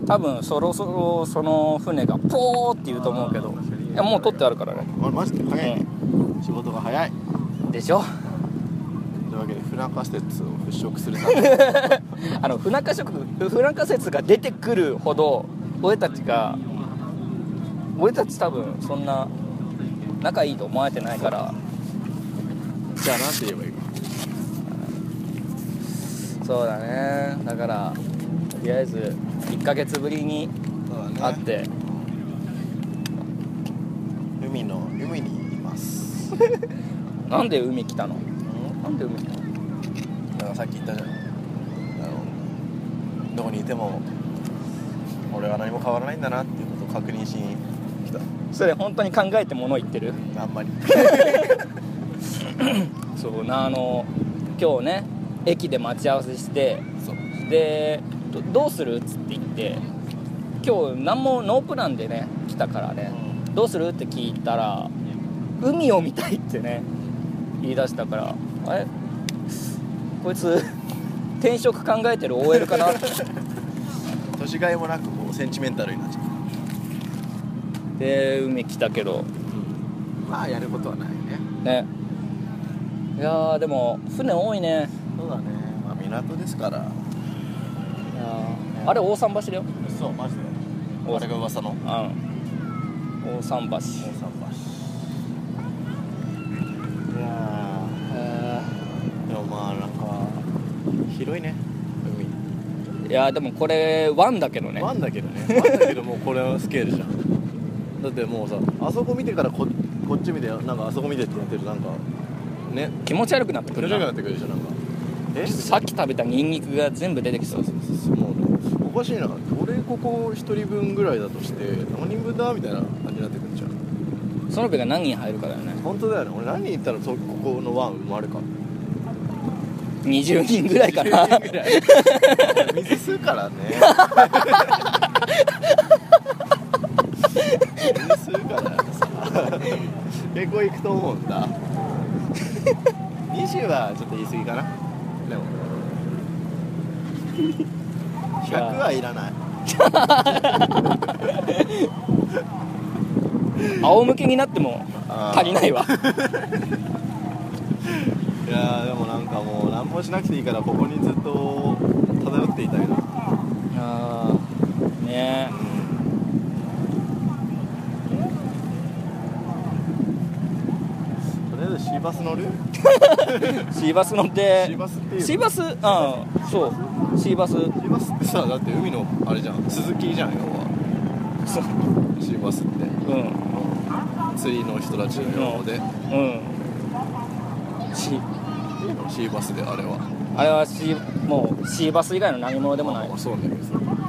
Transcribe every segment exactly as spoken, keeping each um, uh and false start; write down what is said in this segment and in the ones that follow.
多分そろそろその船がポーって言うと思うけど、いやもう取ってあるからね。 あマジで早い、 う仕事が早いでしょ。 というわけで不仲説を払拭するためあの不仲説不仲説が出てくるほど俺たちが俺たち多分そんな仲いいと思われてないから。 じゃあなんて言えばいいか。 そうだね。だからとりあえずいっかげつぶりに会って、ね、 海の海にいますなんで海来たの？なんで海来たの？ だからさっき言ったじゃん、あのどこにいても俺は何も変わらないんだなっていうことを確認しに来た。 それ本当に考えて物言ってる？ あんまりそうな、あの今日ね駅で待ち合わせして、 そうで ど, どうするっつって言って、今日何もノープランでね来たからね、うん、どうするって聞いたら海を見たいってね言い出したから、あれこいつ転職考えてる オーエル かな年がいもなくこうセンチメンタルになっちゃうで海来たけど、 まあやることはないね。 ね、いやーでも船多いね。 そうだね、まあ、港ですから。いやあれ大桟橋だよ。 そうマジであれが噂の、うん、 大桟橋。大桟橋。 いやーでもまあなんか広いね海。 いやでもこれ湾だけどね。 湾だけどね湾だけどもうこれはスケールじゃんだってもうさあそこ見てから こ, こっち見てなんかあそこ見てってやってるなんかね気持ち悪くなってくるな。 気持ち悪くなってくるでしょなんか。えさっき食べたニンニクが全部出てきそう。 そうそうそうもうねおかしいな。俺ここひとりぶんぐらいだとして何人分だみたいな感じになってくるじゃん。 その部が何人入るかだよね。 本当だよね。俺何人いったらそここの湾生まれるかにじゅうにんぐらいかな水吸うからね水吸うからさ結構いくと思うんだにじゅうはちょっと言い過ぎかな。でもひゃくはいらない仰向けになっても足りないわいやでもなんかもう何もしなくていいからここにずっと漂っていたいな。 あーねえ、 とりあえずシーバス乗るシーバス乗ってシーバスっていうシーバス、うんそうシーバスシーバスってさだって海のあれじゃんスズキじゃん要は。 そうシーバスってうん釣りの人たちの用で、 うんシいいのシーバスであれは。 あれはシーもうシーバス以外の何物でもない。 あそうね。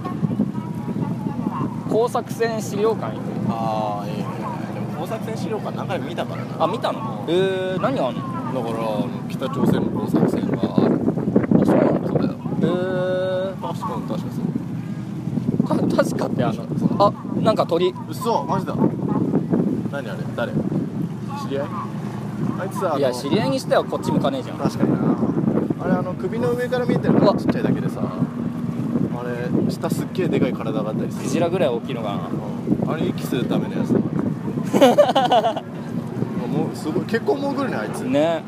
工作船資料館行く。 ああいいね。でも工作船資料館何回も見たからな。 あ見たの？えー、何があるの？ だから北朝鮮の工作船がある。 あそうなんだ。 そうだよ。 えー、 確か確かそうた確かってあのあなんか鳥。 嘘マジだ。何あれ誰知り合いあいつさいや知り合いにしてはこっち向かねえじゃん。 確かになあれあの首の上から見えてるのがちっちゃいだけでさあれ下すっげえでかい体があったりする。 クジラぐらい大きいのかな、 うん、あれ息するためのやつだからもうすごい結構潜るねあいつね。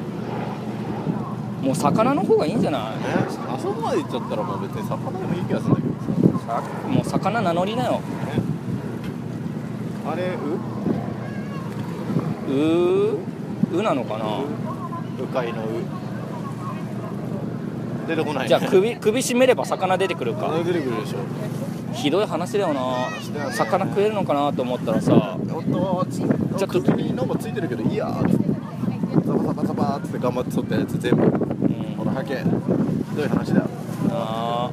もう魚の方がいいんじゃない？ ねあそこまで行っちゃったらもう別に魚でもいい気がするんだけどさもう魚名乗りなよ、 ね、あれううーうなのかな。 うかいのう出てこないね。 じゃあ首首絞めれば魚出てくるか。 出てくるでしょ。 ひどい話だよな。 だよね魚食えるのかなと思ったらさ、 おっとちょっと首になんかついてるけどいいやーってザバザバザバーって頑張って取ったやつ全部、うん、ほらはけひどい話だよな。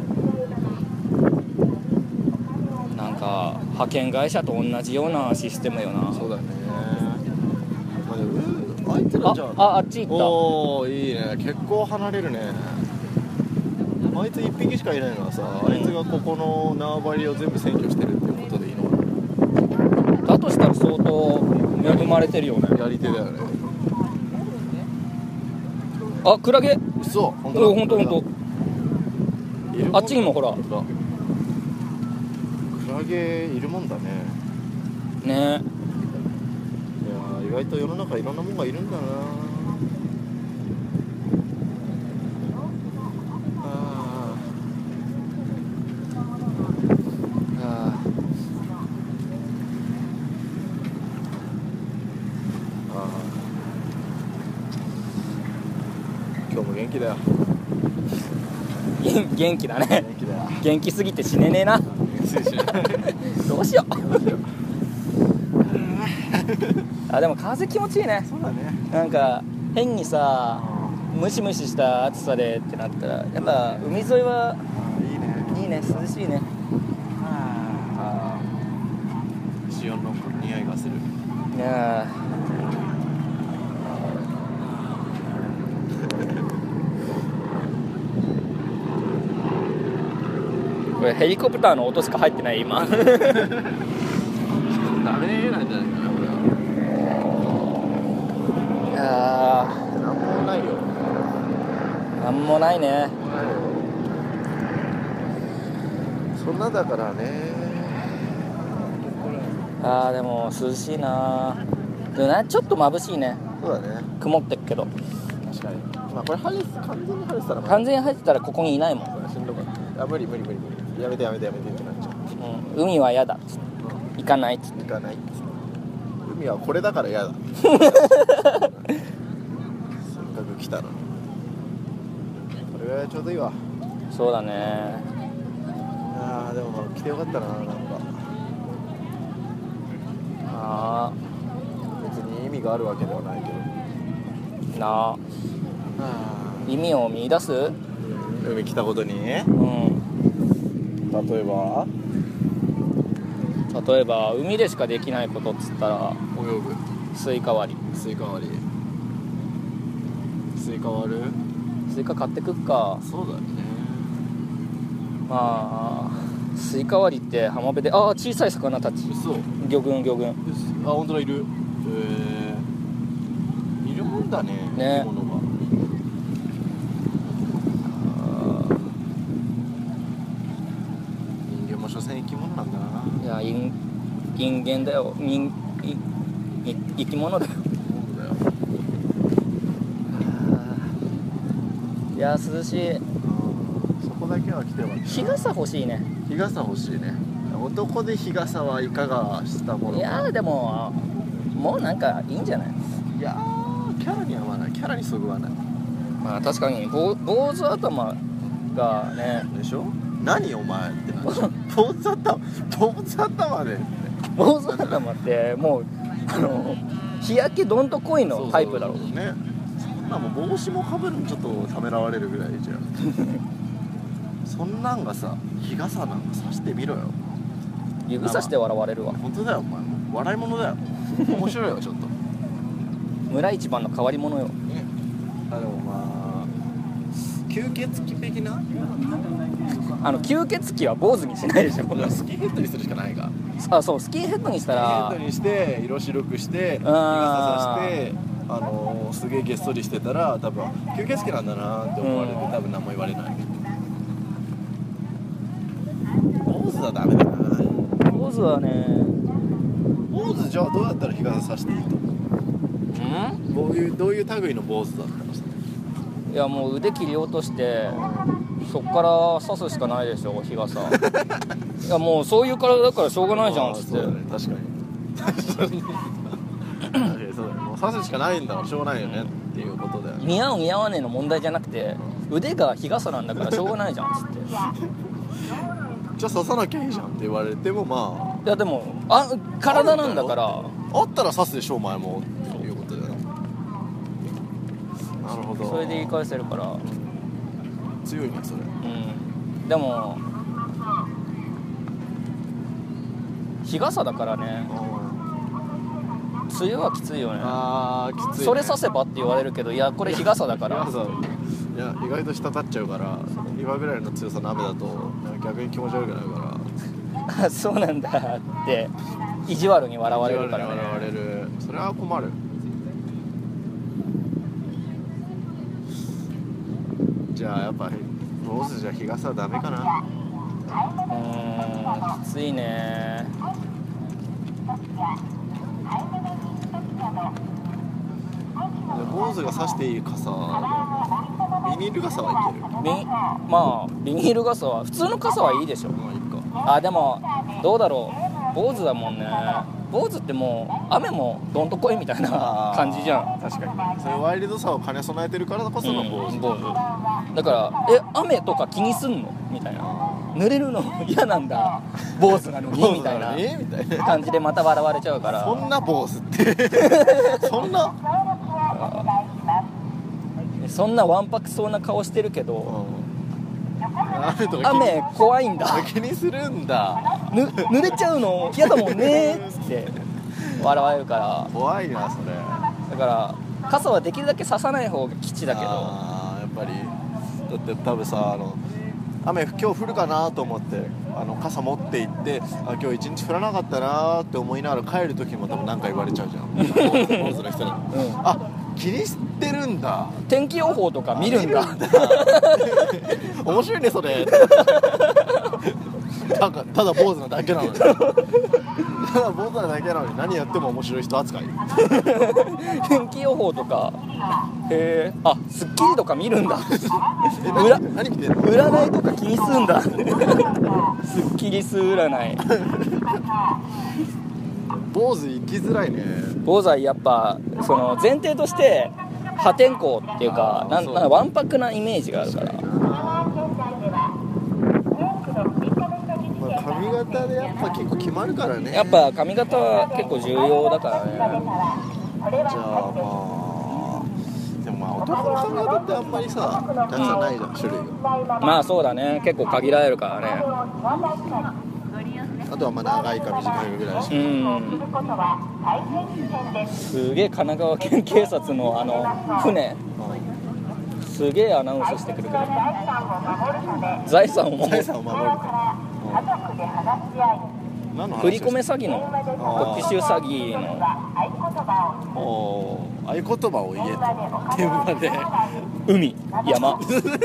なんか派遣会社と同じようなシステムよな。 そうだね。まあ、でもあいつらじゃああああっち行った。 おおいいね結構離れるね。あいついっぴきしかいないのはさ、うん、あいつがここの縄張りを全部占拠してるっていうことでいいのかな。 だとしたら相当恵まれてるよね。 やり手だよね。 あクラゲ。 そう本当だほんとほんと。あっちにもほら上げいるもんだね。 ね。 いやー、意外と世の中いろんなもんがいるんだな。あーあーあー、今日も元気だよ。 元元気だね。 元気だよ。 元気すぎて死ねねえな。どうしよう。あ、でも風気持ちいいね。 そうだね。 なんか変にさ、ムシムシした暑さでってなったら、やっぱ海沿いはいいね。 いいね、涼しいね。 ああ、潮の匂いがする。 いやーこれヘリコプターの音しか入ってない今。 ダメなんじゃないかな、これは。 いやなんもないよ。 ーなんもないね。 そんなだからね。 あーでも涼しいな。でもな、ちょっと眩しいね。 そうだね。 曇ってっけど、 確かに。まあこれ晴れ完全に晴れてたらまあ完全に入ってたらここにいないもん。 しんどかった。あ、無理無理無理無理。やめてやめてやめてってなっちゃう。 うん、海は嫌だっつって行かないっつって。 行かないっつって。海はこれだから嫌だ。せっかく来たのに。これぐらいちょうどいいわ。 そうだね。 ああ、でも来てよかったな。なんかあ別に意味があるわけではないけど。 ーなあ、 あ意味を見出す。う海来たことに、例ん、 えば例えば海でしかできないことっつったら泳ぐ、 スイカ割り。 スイカ割り、スイカ割る。 スイカ買ってくっか。 そうだよね。 まあスイカ割りって浜辺で、ああ小さい魚たち、 嘘。 魚群魚群。 あ、本当だ、いる。へえ、いるもんだね、 ね生き物が。人間も所詮生き物なんだな。 いや人人間だよ。人いい生き物だよ。 そうだよ。 いや涼しい。 そこだけは来てよかった。 日傘欲しいね。 日傘欲しいね。男で日傘はいかがしたものか。 いやでももうなんかいいんじゃない。 いやー、キャラに合わない。キャラにそぐわないまあ確かに坊坊主頭がね、 でしょ。何お前ってなっちゃう。坊主頭坊主頭でって。 坊主頭ってもうあの日焼けどんと濃いのタイプだろう。 そうそうそうね。そんなもん帽子もかぶるのちょっとためらわれるぐらいじゃん。そんなんがさ、日傘なんかさしてみろよ。 指さして笑われるわ。 本当だよ、お前も笑い物だよ。面白いよちょっと。 村一番の変わり者よ。 ね。あ、でもまあ吸血鬼的なあの吸血鬼は坊主にしないでしょ。 スキンヘッドにするしかないが。 あ、そうスキンヘッドにしたスキンヘらッドにして色白くして日あー傘さして、あのー、すげえげっそりしてたら多分吸血鬼なんだなって思われて、 うん多分何も言われない。坊主はダメだな。 坊主はね、 坊主じゃあどうやったら日傘さしていいと思う。 んどういうどういう類の坊主だったのさ。 いやもう腕切り落としてそっから刺すしかないでしょ日傘。いやもうそういう体だからしょうがないじゃんっつって。 そうだね、確かに確かにそうだね。もう刺すしかないんだからしょうがないよねっていうことだよね。 似合う似合わねえの問題じゃなくて腕が日傘なんだからしょうがないじゃんっつって。 じゃあ刺さなきゃいいじゃんって言われても、まいやでもあ体なんだからああったら刺すでしょお前もっていうことだよね。なるほど。 それで言い返せるから。 強いねそれ。 うんでも日傘だからね、梅雨はきついよね。 あーきついね。 それ刺せばって言われるけど、いやこれ日傘だから。 日傘いや意外と滴っちゃうから、今ぐらいの強さの雨だとなんか逆に気持ち悪くなるかあそうなんだって意地悪に笑ら。 われるからね。 笑われる。それは困る。じゃあやっぱり坊主じゃ日傘はダメかな。 うーんきついね。 坊主が差していい傘、ビニール傘はいける。 ビまあビニール傘は普通の傘はいいでしょ。 まあいいか。 あでもどうだろう、坊主だもんね。坊主ってもう雨もどんとこいみたいな感じじゃん。 確かにそういうワイルドさを兼ね備えてるからこその坊主、 うん、坊主だからえ雨とか気にすんのみたいな、濡れるの嫌なんだ坊主なのにみたいなえみたいな感じでまた笑われちゃうから。 そんな坊主ってそんなそんなわんぱくそうな顔してるけど、 うん、雨とか雨怖いんだ気にするんだ。 ぬ濡れちゃうの嫌だもんねっつって笑われるから。 怖いなそれ。 だから傘はできるだけ差さない方が吉だけど。 あやっぱりだって多分さあの雨今日降るかなと思ってあの傘持って行ってあ今日一日降らなかったなって思いながら帰る時も多分何か言われちゃうじゃん坊主の人に、うん、あ気にしてるんだ天気予報とか見るんだ面白いねそれた, ただ坊主なだけなのにただ坊主なだけなのに何やっても面白い人扱い天気予報とかへえあスッキリとか見るんだえ何, 何見てんの占いとか気にすんだスッキリす占い坊主行きづらいね。 坊主はやっぱその前提として破天荒っていうかなんなんかわんぱくなイメージがあるから。 まあ、髪型でやっぱ結構決まるからね。 やっぱ髪型は結構重要だからね。 じゃあまあでもまあ男の髪型ってあんまりさたくさんないじゃん、うん、種類が。 まあそうだね結構限られるからね。 あとはまあ長いか短いかぐらいしか。 うんすげえ神奈川県警察のあの船、うん、すげえアナウンスしてくるけど財産を守る財産を守るか、うん、 振り込め詐欺の特殊詐欺のお合言葉を言えと電話で海山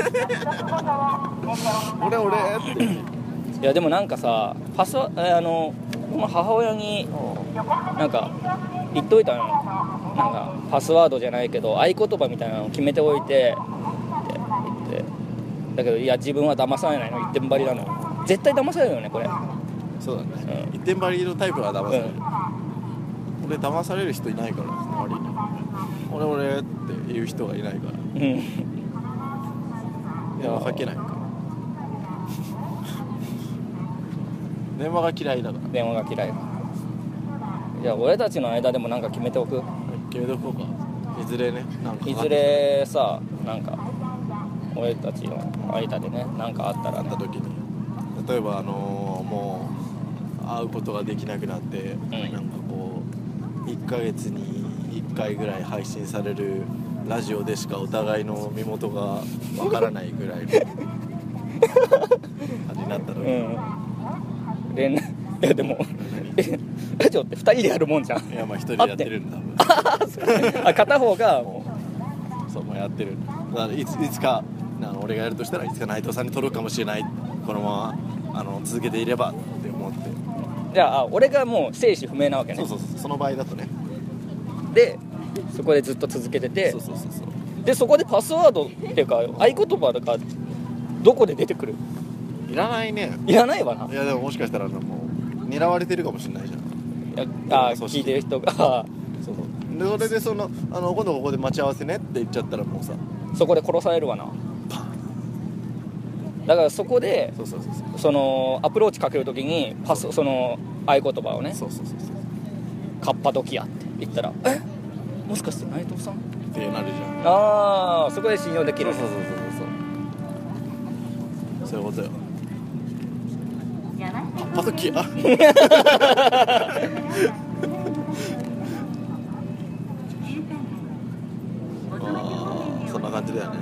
俺俺っていやでもなんかさパスワあの母親になんか言っといたのなんかパスワードじゃないけど合言葉みたいなのを決めておいてって言ってだけどいや自分は騙されないの一点張りなの絶対騙されるよねこれ。 そうだね、 うん、 一点張りのタイプは騙される、うん、俺騙される人いないから周りに俺俺って言う人がいないから、うん、いやかけないから電話が嫌いだから電話が嫌いじゃあ俺たちの間でもなんか決めておく決めておこうかいずれねなんかいずれさなんか俺たちの間でねなんかあったら、ね、 あった時に例えばあのー、もう会うことができなくなって、うん、なんかこういっかげつにいっかいぐらい配信されるラジオでしかお互いの身元がわからないぐらいの感じになった時に、うん連絡いやでもラジオってふたりでやるもんじゃん。 いやまあひとりでやってるんだあ片方がもうそうもうやってるんだだからいついつかあの俺がやるとしたらいつか内藤さんに届くかもしれないこのままあの続けていればって思ってじゃあ俺がもう生死不明なわけね。 そうそうそうその場合だとねでそこでずっと続けててそうそうそうそうでそこでパスワードっていうか合言葉とかどこで出てくるいらないね。 いらないわな。 いやでももしかしたらもう狙われてるかもしれないじゃん。 いやあ聞いてる人がそうそうでそれでそのあの今度ここで待ち合わせねって言っちゃったらもうさそこで殺されるわな。だからそこでそうそうそうそうそのアプローチかけるときにパスその合言葉をねそうそうそうそうカッパドキアって言ったらえもしかして内藤さんってなるじゃん。 ああそこで信用できる。 そうそうそうそうそうそういうことよ。パドキアあそんな感じだよね。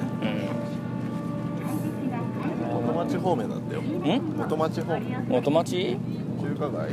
うん元町方面なんだよ。ん元町方面元町中華街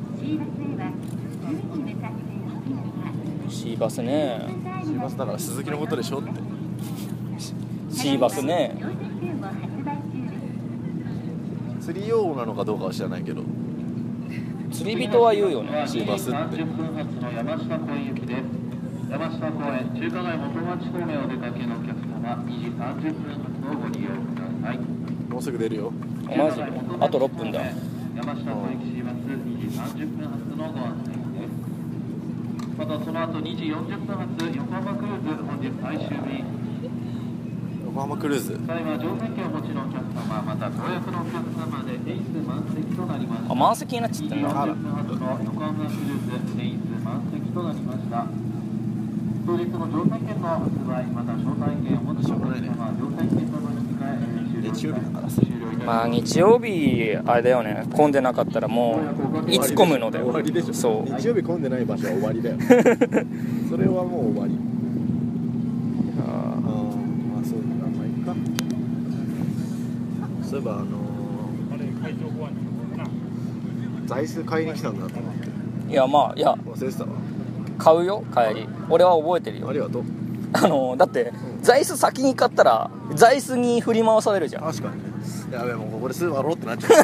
シーバスねシーバスだから鈴木のことでしょってシーバスね釣り用なのかどうかは知らないけど釣り人は言うよね。 シーバスってさんじゅっぷん発の山下公園行きです。山下公園中華街元町方面お出かけのお客様にじさんじゅっぷん発のご利用ください。 もうすぐ出るよ。 マジであとろっぷんだ。 山下公園行きシーバスにじさんじゅっぷん発のご案内です。またその後にじよんじゅっぷん発横浜クルーズ本日最終日。 横浜クルーズ最後は乗船券をお持ちのお客様またご予約のお客様で定数満席となりました。 あ、満席になっちゃったんだ。 にじよんじゅっぷん発の横浜クルーズ定数満席となりました。当日の乗船券の発売また招待券をお持ちのお客様乗船券の乗り換え終了いたします。 まあ日曜日あれだよね、混んでなかったらもういつ混むのだよ。 終わりでしょ。 そう日曜日混んでない場所は終わりだよそれはもう終わり。ああまあそうだな、まあいいか。そういえばあのー、座椅子買いに来たんだと思って。 いやまあいや忘れてたわ。 買うよ帰り。俺は覚えてるよ。 ありがとう。 あのだって座椅子先に買ったら座椅子に振り回されるじゃん。 確かに。やべえもうここですぐ終わろうってなっちゃう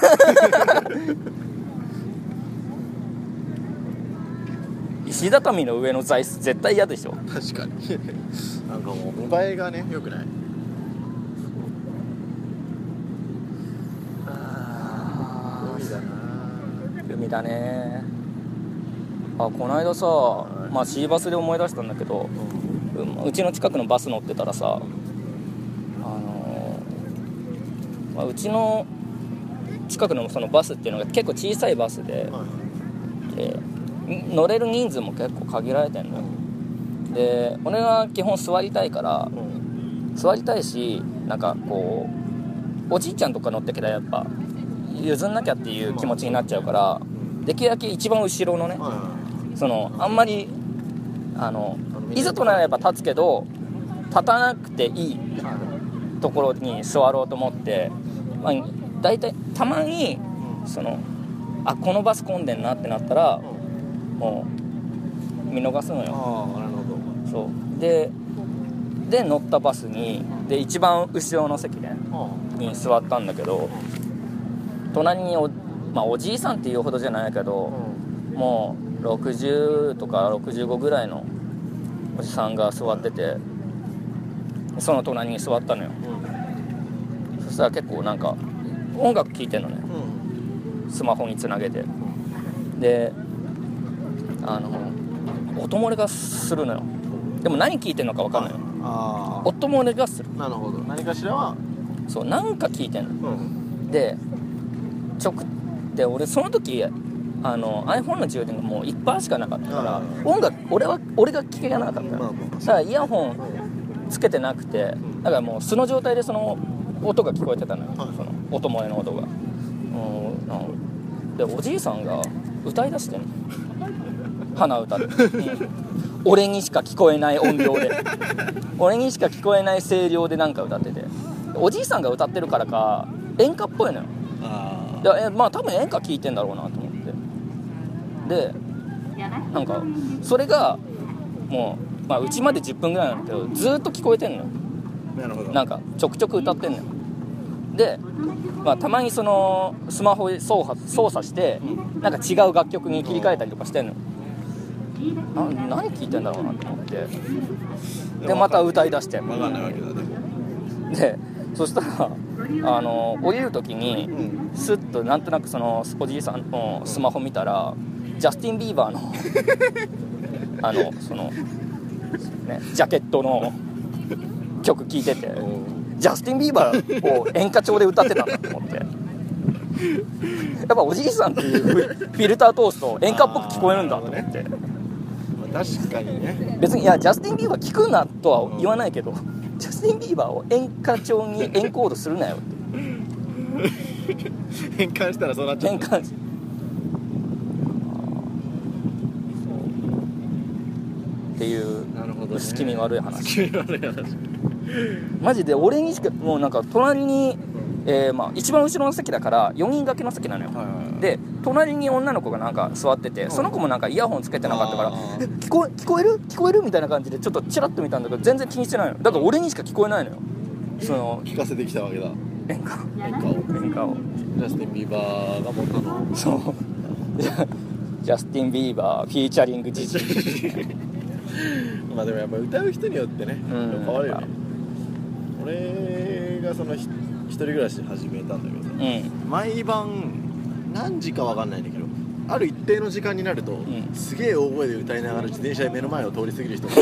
石畳の上の座椅子絶対嫌でしょ。 確かになんかもう見栄えがね良くない。 あ海だな。 海だね。あ、この間さ、まあ、シーバスで思い出したんだけど、う, うちの近くのバス乗ってたらさ、あのーまあ、うちの近くのそのバスっていうのが結構小さいバスで、 はい、 で乗れる人数も結構限られてんのよ。で俺は基本座りたいから、うん、座りたいし、なんかこうおじいちゃんとか乗ってきたらやっぱ譲んなきゃっていう気持ちになっちゃうから、できるだけ一番後ろのね、はい、そのあんまりあのいざとなれば立つけど立たなくていいところに座ろうと思って、まあ、大体たまにそのあこのバス混んでんなってなったらもう見逃すのよ。 ああ、なるほど。 そうでで乗ったバスにで一番後ろの席でに座ったんだけど、隣に お,、まあ、おじいさんっていうほどじゃないけど、もうろくじゅうとかろくじゅうごぐらいのおじさんが座ってて、その隣に座ったのよ、うん、そしたら結構なんか音楽聴いてんのね、うん、スマホにつなげて。であの音漏れがするのよ。でも何聴いてんのか分かんないよ。あ音漏れがする。 なるほど。何かしらはそうなんか聴いてんの、うん、でちょくって俺その時あの iPhone の充電がもう いちパーセント しかなかったから音楽俺は俺が聴けなかったの、まあまあ、だからイヤホンつけてなくて、だからもう素の状態でその音が聞こえてたのよ、はい、その音漏れの音が、うん、でおじいさんが歌い出してんの鼻歌で、うん、俺にしか聞こえない音量で俺にしか聞こえない声量でなんか歌ってて、おじいさんが歌ってるからか演歌っぽいのよ。あでえまあ多分演歌聴いてんだろうなと思って、でなんかそれがもう、まあ、うちまでじゅっぷんぐらいなんだけどずっと聞こえてんのよ。 なるほど。 なんかちょくちょく歌ってんのよ。で、まあ、たまにそのスマホで操作、操作してなんか違う楽曲に切り替えたりとかしてんのよ。な何聴いてんだろうなと思って、でまた歌い出して分かんないわけだね。 でそしたらあの降りる時にスッとなんとなくそのおじいさんのスマホ見たらジャスティン・ビーバーのあのその、ね、ジャケットの曲聴いてて、ジャスティン・ビーバーを演歌調で歌ってたんだと思って、やっぱおじいさんっていうフィルター通すと演歌っぽく聞こえるんだと思って、 確かにね。 別にいやジャスティン・ビーバー聞くなとは言わないけど、ジャスティン・ビーバーを演歌調にエンコードするなよって変換したらそうなっちゃう。 変換しっていう、 なるほどね、 薄気味悪い話。 薄気味悪い話マジで俺にしかもうなんか隣に、えーまあ、一番後ろの席だからよにん掛けの席なのよ、はいはいはい、で隣に女の子がなんか座ってて、その子もなんかイヤホンつけてなかったからえ聞こえ、聞こえる聞こえるみたいな感じでちょっとチラッと見たんだけど全然気にしてないの。だから俺にしか聞こえないのよ。 その聞かせてきたわけだ。 演歌演歌を演歌をジャスティン・ビーバーが元のそうジャジャスティン・ビーバーフィーチャリングジジまあでもやっぱ歌う人によってね、 うん、 変わるよね。俺がそのひ一人暮らし始めたんだけどさ、 うん、 毎晩何時か分かんないんだけど、ある一定の時間になると、うん、すげえ大声で歌いながら自転車で目の前を通り過ぎる人が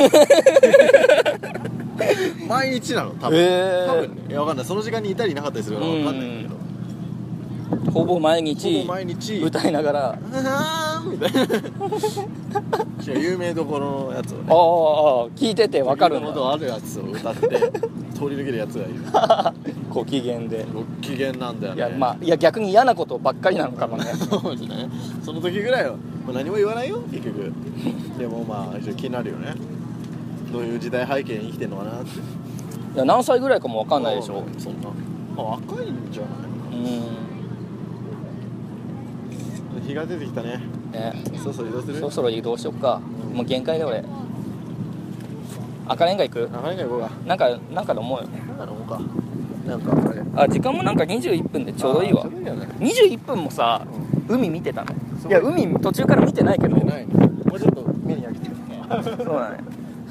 毎日なの多分、えー、多分ね、いや分かんない、その時間にいたりいなかったりするから分かんないんだけど、 うん、ほぼ毎日ほぼ毎日歌いながらあーみたいな有名どころのやつをね、 ああ聞いてて分かるんだ、 有名なことあるやつを歌って通り抜けるやつがいるご機嫌でご機嫌なんだよね。 いや、まあ、いや逆に嫌なことばっかりなのかもねそうですね、その時ぐらいは、まあ、何も言わないよ結局でもまあ一応気になるよね、どういう時代背景に生きてんのかなって。いや何歳ぐらいかも分かんないでしょ。 そんな、まあ、若いんじゃない。うん、日が出てきたね。ね、そろそろ移動する。 そろそろ移動しよっか、うん、もう限界で俺赤レンガ行く。 赤レンガ行こうか。なんかなんか飲もうよ。 なんか飲もうか。なんかあれ、 あ時間もなんかにじゅういっぷんでちょうどいいわ。いいね、にじゅういっぷんもさ、うん、海見てたの。いや海途中から見てないけど、 見てない、ね、もうちょっと目に焼きてるそうだね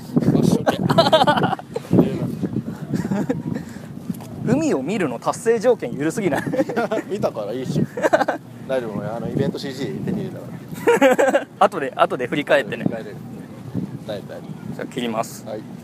海を見るの達成条件緩すぎない見たからいいっしょ大丈夫、あのイベント シージー 手に入れたから後で後で振り返ってね。 振り返れる。大丈夫大丈夫。 じゃあ切ります。 はい。